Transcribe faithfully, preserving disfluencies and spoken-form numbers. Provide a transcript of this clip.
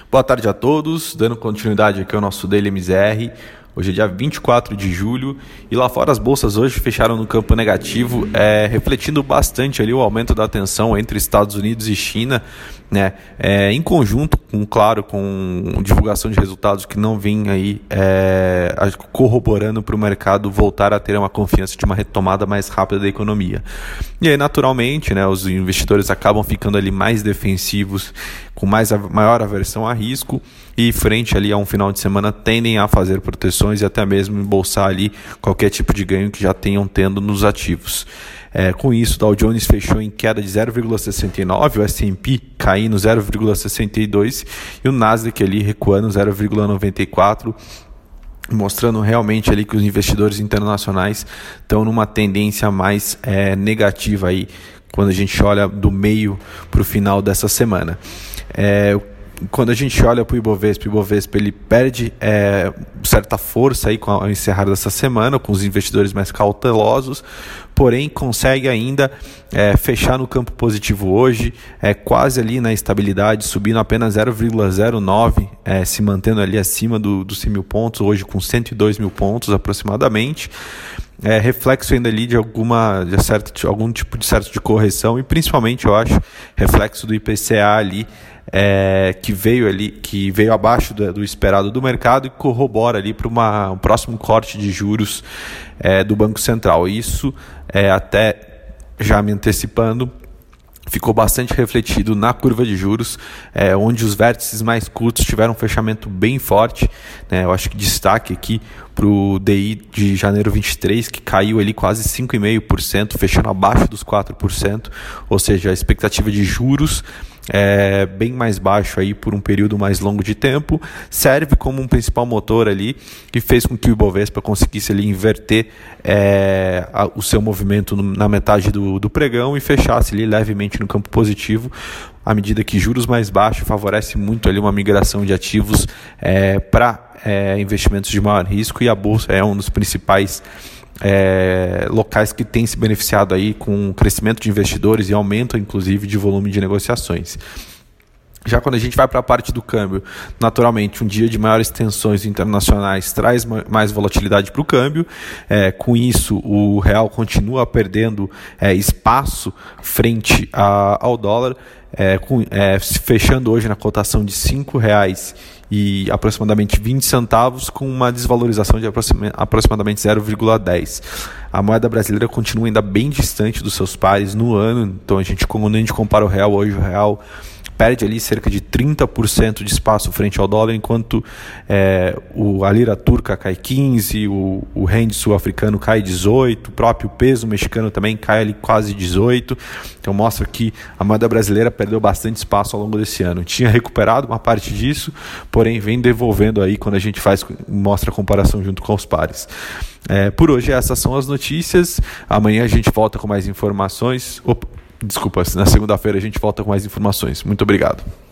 Boa tarde a todos, dando continuidade aqui ao nosso Daily M Z R. Hoje é dia vinte e quatro de julho e lá fora as bolsas hoje fecharam no campo negativo, é, refletindo bastante ali o aumento da tensão entre Estados Unidos e China, né, é, em conjunto, com, claro, com divulgação de resultados que não vem aí é, corroborando para o mercado voltar a ter uma confiança de uma retomada mais rápida da economia. E aí, naturalmente, né, os investidores acabam ficando ali mais defensivos, com mais a, maior aversão a risco e frente ali a um final de semana tendem a fazer proteções e até mesmo embolsar ali qualquer tipo de ganho que já tenham tendo nos ativos. É, com isso, o Dow Jones fechou em queda de zero vírgula sessenta e nove, o S and P caindo zero vírgula sessenta e dois e o Nasdaq ali recuando zero vírgula noventa e quatro, mostrando realmente ali que os investidores internacionais estão numa tendência mais é, negativa aí, quando a gente olha do meio para o final dessa semana. É, quando a gente olha para o Ibovespa, o Ibovespa ele perde é, certa força aí com ao encerrar dessa semana, com os investidores mais cautelosos, porém consegue ainda é, fechar no campo positivo hoje, é, quase ali na estabilidade, subindo apenas zero vírgula zero nove, é, se mantendo ali acima do, dos cem mil pontos, hoje com cento e dois mil pontos aproximadamente. É, reflexo ainda ali de, alguma, de, certo, de algum tipo de certo de correção e principalmente eu acho reflexo do I P C A ali, é, que veio ali que veio abaixo do, do esperado do mercado e corrobora ali para um próximo corte de juros é, do Banco Central. Isso é, até já me antecipando, ficou bastante refletido na curva de juros, é, onde os vértices mais curtos tiveram um fechamento bem forte, né? Eu acho que destaque aqui para o D I de janeiro vinte e três, que caiu ali quase cinco vírgula cinco por cento, fechando abaixo dos quatro por cento, ou seja, a expectativa de juros é bem mais baixo aí por um período mais longo de tempo, serve como um principal motor ali que fez com que o Ibovespa conseguisse ali inverter é, a, o seu movimento no, na metade do, do pregão e fechasse ali levemente no campo positivo, à medida que juros mais baixos favorece muito ali uma migração de ativos é, para é, investimentos de maior risco, e a bolsa é um dos principais É, locais que têm se beneficiado aí com o crescimento de investidores e aumento inclusive de volume de negociações. Já quando a gente vai para a parte do câmbio, naturalmente um dia de maiores tensões internacionais traz mais volatilidade para o câmbio, é, com isso o real continua perdendo é, espaço frente a, ao dólar, é, com, é, fechando hoje na cotação de cinco reais e aproximadamente vinte centavos, com uma desvalorização de aproximadamente zero vírgula dez. A moeda brasileira continua ainda bem distante dos seus pares no ano, então a gente, quando a gente compara o real hoje, o real perde ali cerca de trinta por cento de espaço frente ao dólar, enquanto é, o, a lira turca cai quinze por cento, o, o rand sul-africano cai dezoito por cento, o próprio peso mexicano também cai ali quase dezoito por cento. Então mostra que a moeda brasileira perdeu bastante espaço ao longo desse ano. Tinha recuperado uma parte disso, porém vem devolvendo aí quando a gente faz, mostra a comparação junto com os pares. É, por hoje essas são as notícias. Amanhã a gente volta com mais informações. Opa. Desculpa, na segunda-feira a gente volta com mais informações. Muito obrigado.